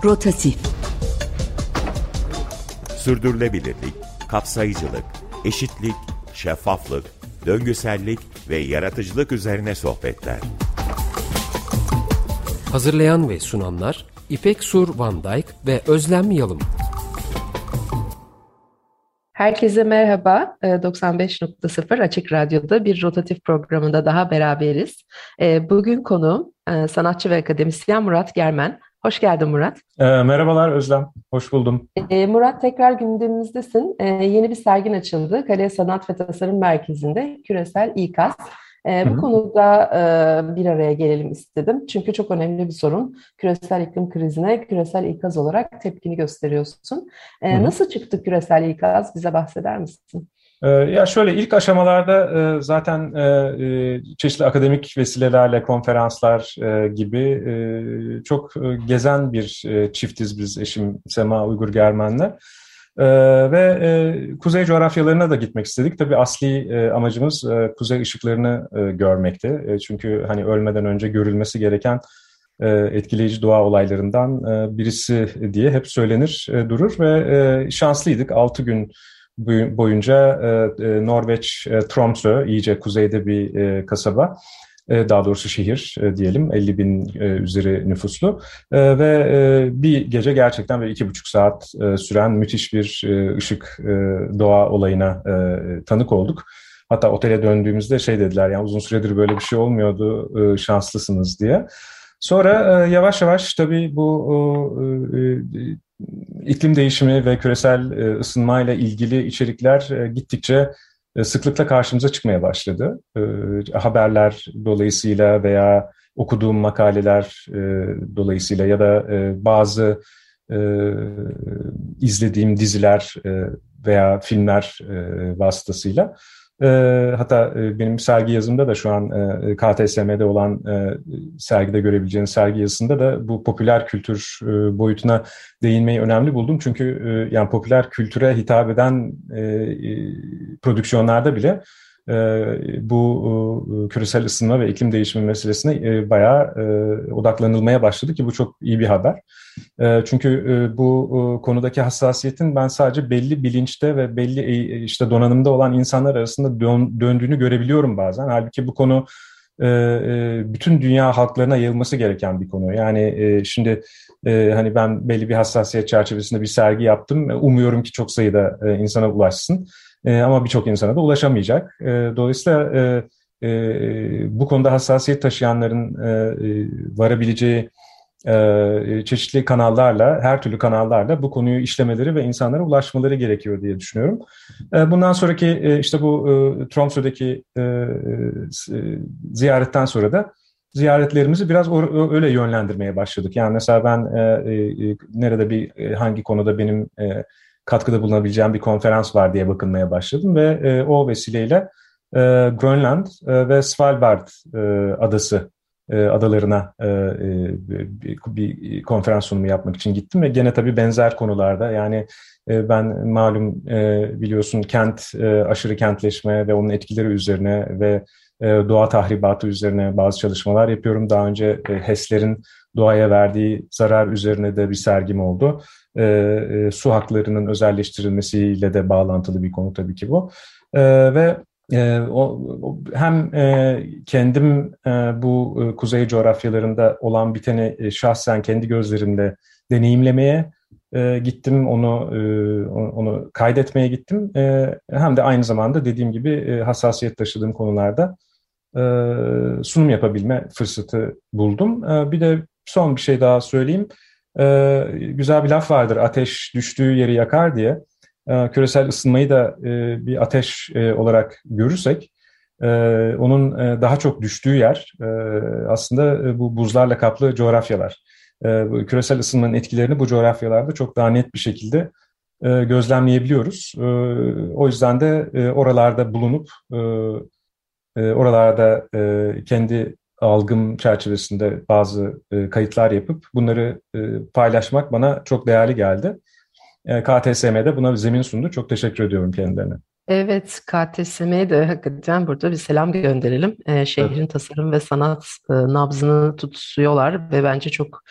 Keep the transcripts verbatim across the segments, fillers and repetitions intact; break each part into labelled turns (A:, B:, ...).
A: Rotatif.
B: Sürdürülebilirlik, kapsayıcılık, eşitlik, şeffaflık, döngüsellik ve yaratıcılık üzerine sohbetler.
C: Hazırlayan ve sunanlar İpek Sur Van Dijk ve Özlem Yalım.
D: Herkese merhaba. doksan beş nokta sıfır Açık Radyo'da bir rotatif programında daha beraberiz. Bugün konuğum sanatçı ve akademisyen Murat Germen. Hoş geldin Murat.
E: E, merhabalar Özlem, hoş buldum.
D: E, Murat tekrar gündemimizdesin. E, yeni bir sergin açıldı. Kale Sanat ve Tasarım Merkezi'nde Küresel İkaz. E, bu
E: Hı hı.
D: konuda e, bir araya gelelim istedim. Çünkü çok önemli bir sorun. Küresel iklim krizine küresel ikaz olarak tepkini gösteriyorsun. E,
E: Hı hı.
D: nasıl çıktı küresel ikaz? Bize bahseder misin?
E: E, ya şöyle ilk aşamalarda e, zaten e, e, çeşitli akademik vesilelerle konferanslar e, gibi e, çok e, gezen bir e, çiftiz biz eşim Sema Uygur Germen'le. E, ve e, kuzey coğrafyalarına da gitmek istedik. Tabii asli e, amacımız e, kuzey ışıklarını e, görmekti. E, çünkü hani ölmeden önce görülmesi gereken e, etkileyici doğa olaylarından e, birisi diye hep söylenir e, durur ve e, şanslıydık. Altı gün boyunca e, e, Norveç, e, Tromsø, iyice kuzeyde bir e, kasaba, e, daha doğrusu şehir e, diyelim, elli bin e, üzeri nüfuslu e, ve e, bir gece gerçekten ve iki buçuk saat e, süren müthiş bir e, ışık e, doğa olayına e, tanık olduk. Hatta otele döndüğümüzde şey dediler, yani uzun süredir böyle bir şey olmuyordu, e, şanslısınız diye. Sonra e, yavaş yavaş tabii bu e, e, iklim değişimi ve küresel e, ısınmayla ilgili içerikler e, gittikçe e, sıklıkla karşımıza çıkmaya başladı. E, haberler dolayısıyla veya okuduğum makaleler e, dolayısıyla ya da e, bazı e, izlediğim diziler e, veya filmler e, vasıtasıyla. E, hatta e, benim sergi yazımda da şu an e, K T S M'de olan e, sergide görebileceğiniz sergi yazısında da bu popüler kültür e, boyutuna değinmeyi önemli buldum. Çünkü e, yani popüler kültüre hitap eden e, e, prodüksiyonlarda bile e, bu e, küresel ısınma ve iklim değişimi meselesine e, bayağı e, odaklanılmaya başladı ki bu çok iyi bir haber. E, çünkü e, bu e, konudaki hassasiyetin ben sadece belli bilinçte ve belli e, işte donanımda olan insanlar arasında dön, döndüğünü görebiliyorum bazen. Halbuki bu konu e, e, bütün dünya halklarına yayılması gereken bir konu. Yani e, şimdi e, hani ben belli bir hassasiyet çerçevesinde bir sergi yaptım. Umuyorum ki çok sayıda e, insana ulaşsın. E, ama birçok insana da ulaşamayacak. E, dolayısıyla e, e, bu konuda hassasiyet taşıyanların e, e, varabileceği e, çeşitli kanallarla, her türlü kanallarla bu konuyu işlemeleri ve insanlara ulaşmaları gerekiyor diye düşünüyorum. E, bundan sonraki e, işte bu e, Tromsø'deki e, e, ziyaretten sonra da ziyaretlerimizi biraz or- öyle yönlendirmeye başladık. Yani mesela ben e, e, nerede bir e, hangi konuda benim e, katkıda bulunabileceğim bir konferans var diye bakınmaya başladım ve e, o vesileyle e, Grönland e, ve Svalbard e, adası e, adalarına e, bir, bir konferans sunumu yapmak için gittim ve gene tabii benzer konularda, yani e, ben malum e, biliyorsun kent e, aşırı kentleşme ve onun etkileri üzerine ve e, doğa tahribatı üzerine bazı çalışmalar yapıyorum. Daha önce e, HES'lerin doğaya verdiği zarar üzerine de bir sergim oldu. E, e, su haklarının özelleştirilmesiyle de bağlantılı bir konu tabii ki bu. E, ve e, o, o, hem e, kendim e, bu e, kuzey coğrafyalarında olan biteni e, şahsen kendi gözlerimle deneyimlemeye e, gittim, onu e, onu kaydetmeye gittim. E, hem de aynı zamanda dediğim gibi e, hassasiyet taşıdığım konularda e, sunum yapabilme fırsatı buldum. E, bir de son bir şey daha söyleyeyim. Ee, güzel bir laf vardır, ateş düştüğü yeri yakar diye. Ee, küresel ısınmayı da e, bir ateş e, olarak görürsek e, onun e, daha çok düştüğü yer e, aslında e, bu buzlarla kaplı coğrafyalar. E, bu küresel ısınmanın etkilerini bu coğrafyalarda çok daha net bir şekilde e, gözlemleyebiliyoruz. E, o yüzden de e, oralarda bulunup e, e, oralarda e, kendi algım çerçevesinde bazı e, kayıtlar yapıp bunları e, paylaşmak bana çok değerli geldi. E, K T S M'de buna bir zemin sundu. Çok teşekkür ediyorum kendilerine.
D: Evet, K T S M'ye de hakikaten burada bir selam gönderelim. Ee, şehrin
E: Evet.
D: tasarım ve sanat e, nabzını tutuyorlar ve bence çok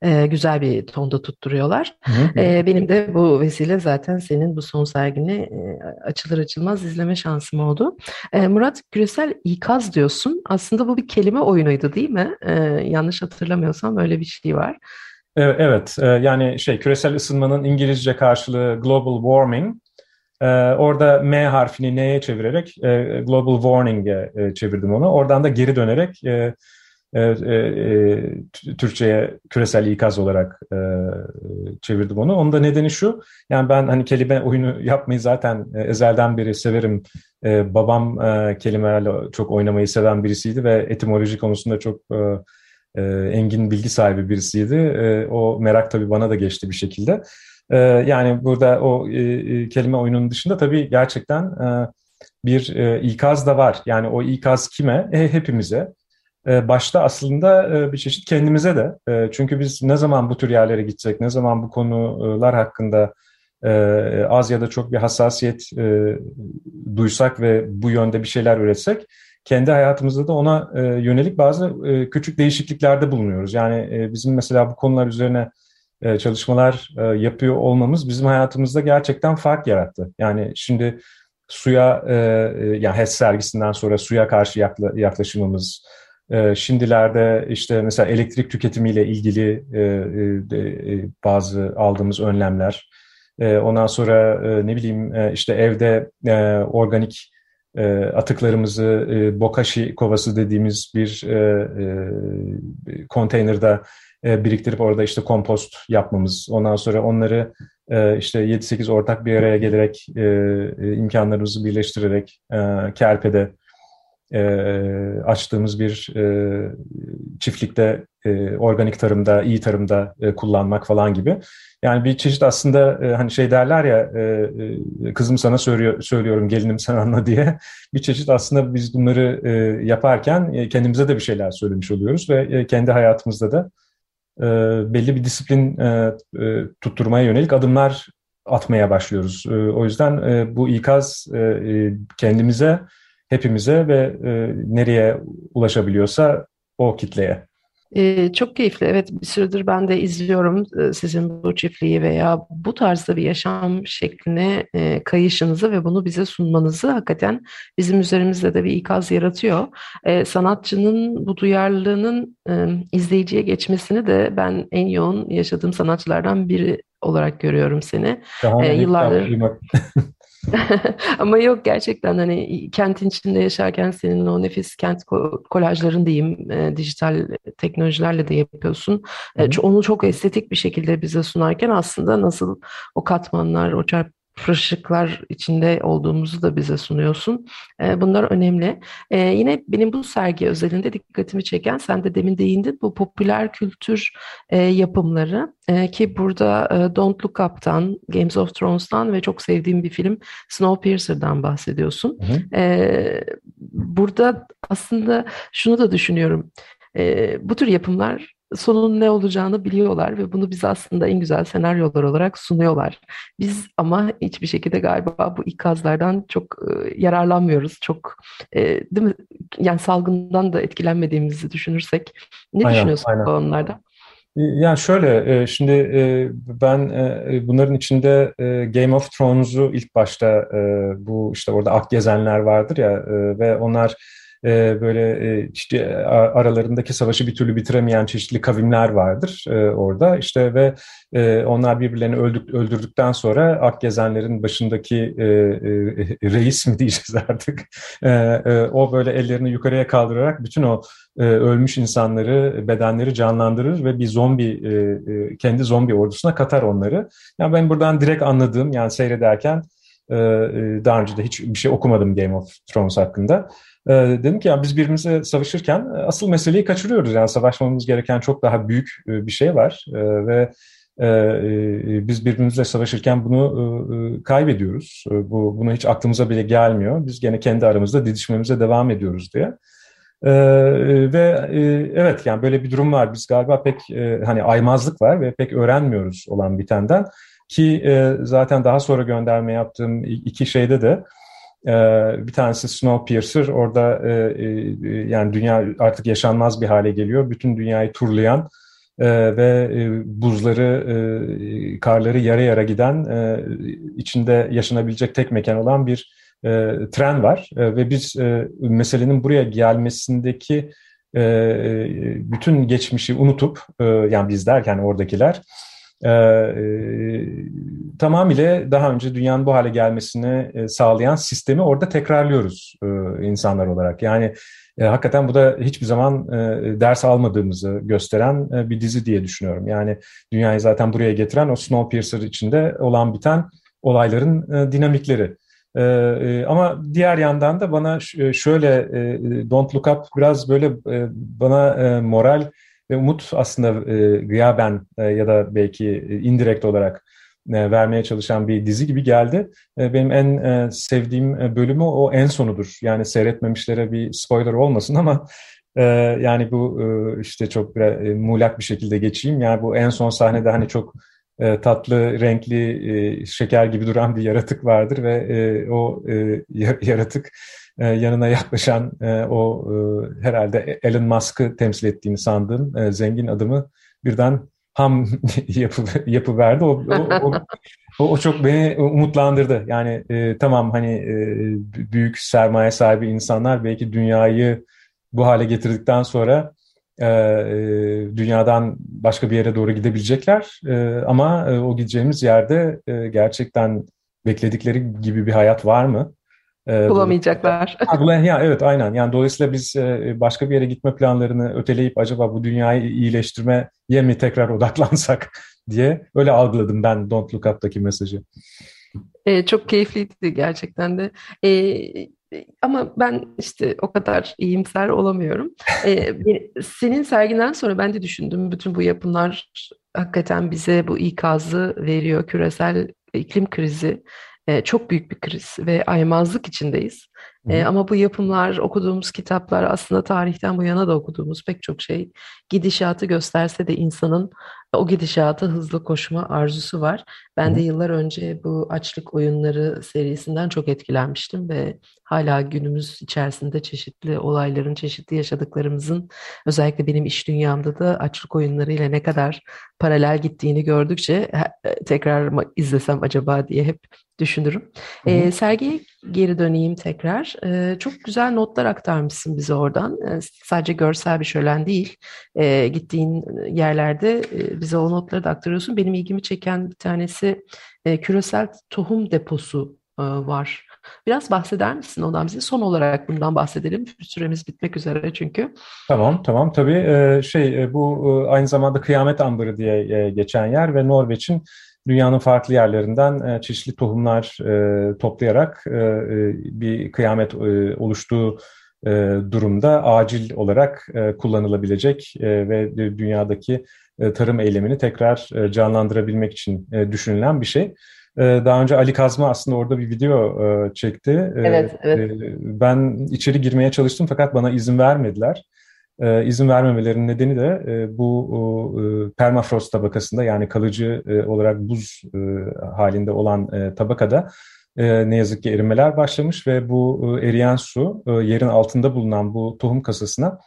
D: e, güzel bir tonda tutturuyorlar.
E: Hı hı.
D: E, benim de bu vesile zaten senin bu son sergini e, açılır açılmaz izleme şansım oldu. E, Murat, küresel ikaz diyorsun. Aslında bu bir kelime oyunuydu değil mi? E, yanlış hatırlamıyorsam öyle bir şey var.
E: Evet, evet. Ee, yani şey küresel ısınmanın İngilizce karşılığı global warming. Ee, orada M harfini N'ye çevirerek e, global warning'e e, çevirdim onu. Oradan da geri dönerek e, e, e, Türkçe'ye küresel ikaz olarak e, çevirdim onu. Onun da nedeni şu, yani ben hani kelime oyunu yapmayı zaten e, ezelden beri severim. E, babam e, kelimelerle çok oynamayı seven birisiydi ve etimoloji konusunda çok e, e, engin bilgi sahibi birisiydi. E, o merak tabii bana da geçti bir şekilde. E, yani burada o e, kelime oyununun dışında tabii gerçekten e, bir e, ikaz da var. Yani o ikaz kime? E, hepimize. E, başta aslında e, bir çeşit kendimize de. E, çünkü biz ne zaman bu tür yerlere gitsek, ne zaman bu konular hakkında e, az ya da çok bir hassasiyet e, duysak ve bu yönde bir şeyler üretsek, kendi hayatımızda da ona e, yönelik bazı e, küçük değişikliklerde bulunuyoruz. Yani e, bizim mesela bu konular üzerine e, çalışmalar e, yapıyor olmamız bizim hayatımızda gerçekten fark yarattı. Yani şimdi suya, e, yani H E S sergisinden sonra suya karşı yakla, yaklaşımımız, e, şimdilerde işte mesela elektrik tüketimiyle ilgili e, e, bazı aldığımız önlemler, e, ondan sonra e, ne bileyim e, işte evde e, organik e, atıklarımızı e, bokashi kovası dediğimiz bir e, e, konteynerda e, biriktirip orada işte kompost yapmamız, ondan sonra onları e, işte yedi sekiz ortak bir araya gelerek e, e, imkanlarımızı birleştirerek e, Kerpe'de e, açtığımız bir e, çiftlikte e, organik tarımda, iyi tarımda e, kullanmak falan gibi. Yani bir çeşit aslında e, hani şey derler ya e, e, kızım sana söylüyor, söylüyorum gelinim sen anla diye. Bir çeşit aslında biz bunları e, yaparken e, kendimize de bir şeyler söylemiş oluyoruz ve e, kendi hayatımızda da e, belli bir disiplin e, e, tutturmaya yönelik adımlar atmaya başlıyoruz. E, o yüzden e, bu ikaz e, e, kendimize, hepimize ve e, nereye ulaşabiliyorsa o kitleye.
D: Ee, çok keyifli. Evet, bir süredir ben de izliyorum e, sizin bu çiftliği veya bu tarzda bir yaşam şekline e, kayışınızı ve bunu bize sunmanızı hakikaten bizim üzerimizde de bir ikaz yaratıyor. E, sanatçının bu duyarlılığının e, izleyiciye geçmesini de ben en yoğun yaşadığım sanatçılardan biri olarak görüyorum seni. E,
E: Şahane, ne güzel
D: yıllardır
E: duymak.
D: Ama yok, gerçekten hani kentin içinde yaşarken senin o nefis kent ko- kolajların diyeyim, e, dijital teknolojilerle de yapıyorsun.
E: Hı
D: E,
E: hı.
D: ç- onu çok estetik bir şekilde bize sunarken aslında nasıl o katmanlar, o çarpışıklar içinde olduğumuzu da bize sunuyorsun. E, bunlar önemli. E, yine benim bu sergi özelinde dikkatimi çeken, sen de demin değindin, bu popüler kültür e, yapımları e, ki burada e, Don't Look Up'tan, Games of Thrones'tan ve çok sevdiğim bir film Snowpiercer'dan bahsediyorsun.
E: Hı hı.
D: Ee, burada aslında şunu da düşünüyorum. Ee, bu tür yapımlar sonun ne olacağını biliyorlar ve bunu bize aslında en güzel senaryolar olarak sunuyorlar. Biz ama hiçbir şekilde galiba bu ikazlardan çok e, yararlanmıyoruz. Çok e, değil mi? Yani salgından da etkilenmediğimizi düşünürsek. Ne
E: Aynen,
D: düşünüyorsun bu
E: aynen.
D: konularda?
E: Yani şöyle, e, şimdi e, ben e, bunların içinde e, Game of Thrones'u ilk başta e, bu işte orada Akgezenler vardır ya e, ve onlar e, böyle e, işte a- aralarındaki savaşı bir türlü bitiremeyen çeşitli kavimler vardır e, orada işte ve e, onlar birbirlerini öldük, öldürdükten sonra Akgezenlerin başındaki e, e, reis mi diyeceğiz artık e, e, o böyle ellerini yukarıya kaldırarak bütün o e, ölmüş insanları, bedenleri canlandırır ve bir zombi, e, e, kendi zombi ordusuna katar onları. Yani ben buradan direkt anladığım, yani seyrederken e, e, daha önce de hiç bir şey okumadım Game of Thrones hakkında. E, dedim ki ya biz birbirimize savaşırken e, asıl meseleyi kaçırıyoruz. Yani savaşmamız gereken çok daha büyük e, bir şey var e, ve e, e, biz birbirimizle savaşırken bunu e, e, kaybediyoruz. E, bu bunu hiç aklımıza bile gelmiyor. Biz gene kendi aramızda didişmemize devam ediyoruz diye. Ee, ve e, evet yani böyle bir durum var. Biz galiba pek e, hani aymazlık var ve pek öğrenmiyoruz olan bitenden ki e, zaten daha sonra gönderme yaptığım iki şeyde de e, bir tanesi Snowpiercer orada e, e, yani dünya artık yaşanmaz bir hale geliyor. Bütün dünyayı turlayan e, ve e, buzları, e, karları yara yara giden, e, içinde yaşanabilecek tek mekan olan bir e, tren var. E, ve biz e, meselenin buraya gelmesindeki e, bütün geçmişi unutup, e, yani biz derken oradakiler, e, e, tamamıyla daha önce dünyanın bu hale gelmesini e, sağlayan sistemi orada tekrarlıyoruz e, insanlar olarak. Yani e, hakikaten bu da hiçbir zaman e, ders almadığımızı gösteren e, bir dizi diye düşünüyorum. Yani dünyayı zaten buraya getiren o Snowpiercer içinde olan biten olayların e, dinamikleri. E, e, ama diğer yandan da bana ş- şöyle e, Don't Look Up biraz böyle e, bana e, moral ve umut aslında e, gıyaben e, ya da belki e, indirekt olarak e, vermeye çalışan bir dizi gibi geldi. E, benim en e, sevdiğim e, bölümü o en sonudur. Yani seyretmemişlere bir spoiler olmasın ama e, yani bu e, işte çok e, muğlak bir şekilde geçeyim. Yani bu en son sahnede hani çok e, tatlı, renkli, e, şeker gibi duran bir yaratık vardır ve e, o e, yaratık e, yanına yaklaşan e, o e, herhalde Elon Musk'ı temsil ettiğini sandığım e, zengin adamı birden ham yapı yapıverdi. O, o, o, o, o çok beni umutlandırdı. Yani e, tamam hani e, büyük sermaye sahibi insanlar belki dünyayı bu hale getirdikten sonra e, e, dünyadan başka bir yere doğru gidebilecekler. E, ama e, o gideceğimiz yerde e, gerçekten bekledikleri gibi bir hayat var mı? E,
D: Bulamayacaklar.
E: Ya evet, aynen. Yani dolayısıyla biz e, başka bir yere gitme planlarını öteleyip acaba bu dünyayı iyileştirmeye mi tekrar odaklansak diye öyle algıladım ben Don't Look Up'taki mesajı.
D: E, çok keyifliydi gerçekten de. E, ama ben işte o kadar iyimser olamıyorum. E, bir- senin serginden sonra ben de düşündüm. Bütün bu yapımlar hakikaten bize bu ikazı veriyor. Küresel iklim krizi e, çok büyük bir kriz ve aymazlık içindeyiz.
E: Hı
D: E,
E: hı.
D: ama bu yapımlar, okuduğumuz kitaplar, aslında tarihten bu yana da okuduğumuz pek çok şey gidişatı gösterse de insanın o gidişata hızlı koşma arzusu var.
E: Hı
D: Ben de
E: hı.
D: yıllar önce bu Açlık Oyunları serisinden çok etkilenmiştim ve hala günümüz içerisinde çeşitli olayların, çeşitli yaşadıklarımızın, özellikle benim iş dünyamda da Açlık Oyunları ile ne kadar paralel gittiğini gördükçe he- tekrar mı izlesem acaba diye hep düşünürüm.
E: Hı hı.
D: Ee, sergiye geri döneyim tekrar. Ee, çok güzel notlar aktarmışsın bize oradan. Ee, sadece görsel bir şölen değil. Ee, gittiğin yerlerde e, bize o notları da aktarıyorsun. Benim ilgimi çeken bir tanesi e, küresel tohum deposu e, var. Biraz bahseder misin ondan bize? Son olarak bundan bahsedelim. Süremiz bitmek üzere çünkü.
E: Tamam, tamam. Tabii e, şey e, bu e, aynı zamanda Kıyamet Ambarı diye e, geçen yer ve Norveç'in dünyanın farklı yerlerinden e, çeşitli tohumlar e, toplayarak e, e, bir kıyamet e, oluştuğu e, durumda acil olarak e, kullanılabilecek e, ve dünyadaki e, tarım eylemini tekrar e, canlandırabilmek için e, düşünülen bir şey. E, Daha önce Ali Kazma aslında orada bir video e, çekti. E,
D: Evet,
E: e,
D: evet.
E: Ben içeri girmeye çalıştım fakat bana izin vermediler. E, izin vermemelerinin nedeni de e, bu o, e, permafrost tabakasında, yani kalıcı e, olarak buz e, halinde olan e, tabakada e, ne yazık ki erimeler başlamış ve bu e, eriyen su e, yerin altında bulunan bu tohum kasasına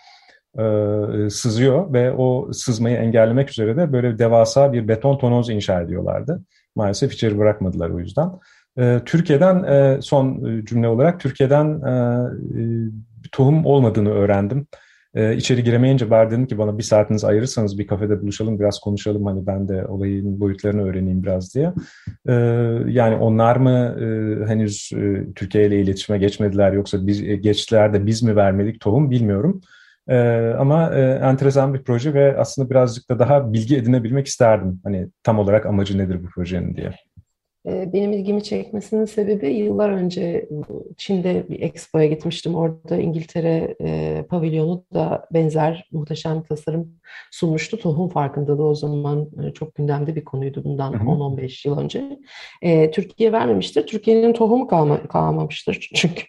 E: e, sızıyor ve o sızmayı engellemek üzere de böyle devasa bir beton tonoz inşa ediyorlardı. Maalesef içeri bırakmadılar o yüzden. E, Türkiye'den e, son cümle olarak Türkiye'den e, e, tohum olmadığını öğrendim. Ee, içeri giremeyince bari dedim ki bana bir saatinizi ayırırsanız bir kafede buluşalım, biraz konuşalım, hani ben de olayın boyutlarını öğreneyim biraz diye. Ee, Yani onlar mı e, henüz e, Türkiye ile iletişime geçmediler, yoksa biz e, geçtiler de biz mi vermedik tohum, bilmiyorum. Ee, ama e, enteresan bir proje ve aslında birazcık da daha bilgi edinebilmek isterdim. Hani tam olarak amacı nedir bu projenin diye.
D: Ee, Benim ilgimi çekmesinin sebebi, yıllar önce Çin'de bir expo'ya gitmiştim. Orada İngiltere e, pavilyonu da benzer muhteşem bir tasarım sunmuştu. Tohum farkındalığı o zaman e, çok gündemde bir konuydu, bundan
E: Hı hı.
D: on on beş yıl önce. E, Türkiye vermemiştir. Türkiye'nin tohumu kalma, kalmamıştır çünkü.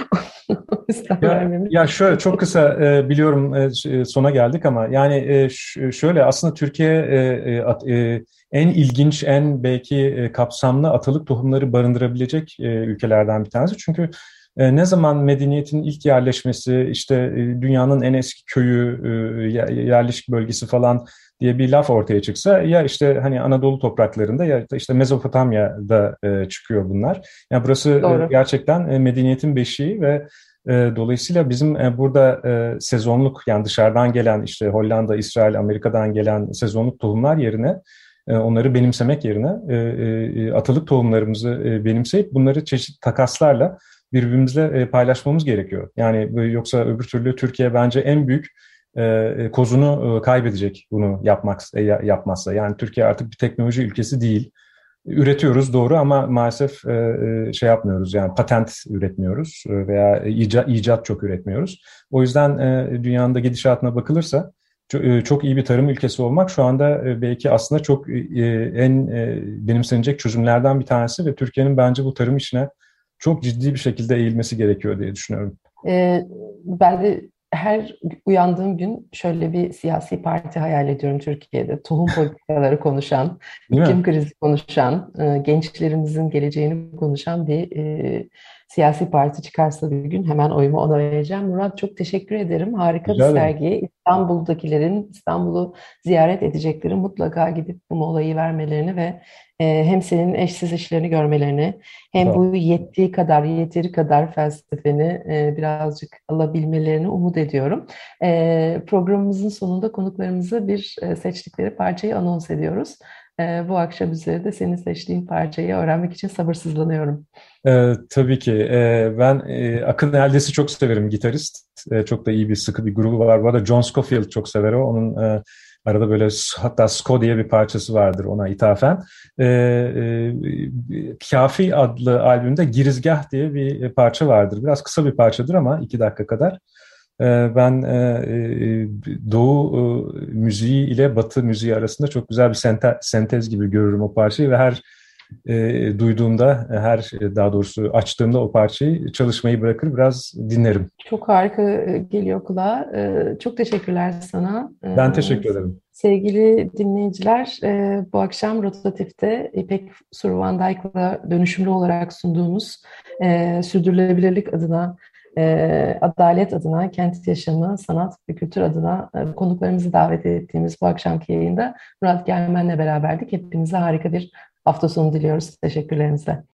D: O yüzden
E: Ya,
D: vermemiş.
E: ya şöyle çok kısa e, biliyorum e, ş- sona geldik ama yani e, ş- şöyle aslında Türkiye e, e, at- e, en ilginç, en belki e, kapsamlı atalık tohumları barındırabilecek e, ülkelerden bir tanesi. Çünkü E, ne zaman medeniyetin ilk yerleşmesi, işte e, dünyanın en eski köyü, e, yerleşik bölgesi falan diye bir laf ortaya çıksa, ya işte hani Anadolu topraklarında ya da işte Mezopotamya'da e, çıkıyor bunlar. Yani burası e,
D: Doğru.
E: gerçekten e, medeniyetin beşiği ve e, dolayısıyla bizim e, burada e, sezonluk, yani dışarıdan gelen, işte Hollanda, İsrail, Amerika'dan gelen sezonluk tohumlar yerine e, onları benimsemek yerine e, e, atalık tohumlarımızı e, benimseyip bunları çeşitli takaslarla birbirimizle e, paylaşmamız gerekiyor. Yani e, yoksa öbür türlü Türkiye bence en büyük e, kozunu e, kaybedecek bunu yapmak e, yapmazsa. Yani Türkiye artık bir teknoloji ülkesi değil. Üretiyoruz doğru, ama maalesef e, e, şey yapmıyoruz, yani patent üretmiyoruz e, veya icat, icat çok üretmiyoruz. O yüzden e, dünyanın da gidişatına bakılırsa çok, e, çok iyi bir tarım ülkesi olmak şu anda e, belki aslında çok e, en e, benimsenecek çözümlerden bir tanesi ve Türkiye'nin bence bu tarım işine çok ciddi bir şekilde eğilmesi gerekiyor diye düşünüyorum.
D: Ee, Ben de her uyandığım gün şöyle bir siyasi parti hayal ediyorum Türkiye'de. Tohum politikaları konuşan,
E: Değil mi?
D: iklim krizi konuşan, e, gençlerimizin geleceğini konuşan bir e, siyasi parti çıkarsa bir gün hemen oyumu ona vereceğim. Murat, çok teşekkür ederim. Harika bir
E: Rica ederim.
D: sergi. İstanbul'dakilerin, İstanbul'u ziyaret edeceklerin mutlaka gidip bu molayı vermelerini ve e, hem senin eşsiz işlerini görmelerini, hem
E: Sağ ol.
D: bu yettiği kadar, yeteri kadar felsefeni e, birazcık alabilmelerini umut ediyorum. E, programımızın sonunda konuklarımıza bir e, seçtikleri parçayı anons ediyoruz. E, bu akşam üzeri de senin seçtiğin parçayı öğrenmek için sabırsızlanıyorum.
E: Ee, tabii ki. Ee, ben e, Akın Eldes'i çok severim, gitarist. Ee, çok da iyi bir, sıkı bir grubu var. Bu arada John Scofield çok sever o. Onun e, arada böyle, hatta Sko diye bir parçası vardır ona ithafen. Ee, e, Kafi adlı albümde Girizgah diye bir parça vardır. Biraz kısa bir parçadır ama iki dakika kadar. Ee, Ben e, e, Doğu e, müziği ile Batı müziği arasında çok güzel bir sente- sentez gibi görürüm o parçayı ve her e, duyduğumda, her daha doğrusu açtığımda o parçayı çalışmayı bırakır, biraz dinlerim.
D: Çok harika e, geliyor kulağa. E, Çok teşekkürler sana. E,
E: Ben teşekkür ederim.
D: Sevgili dinleyiciler, e, bu akşam Rotatif'te İpek Sur Van Dijk'la dönüşümlü olarak sunduğumuz e, sürdürülebilirlik adına, e, adalet adına, kent yaşamı, sanat ve kültür adına e, konuklarımızı davet ettiğimiz bu akşamki yayında Murat Germen'le beraberdik. Hepinize harika bir hafta sonu diliyoruz. Teşekkürlerimize.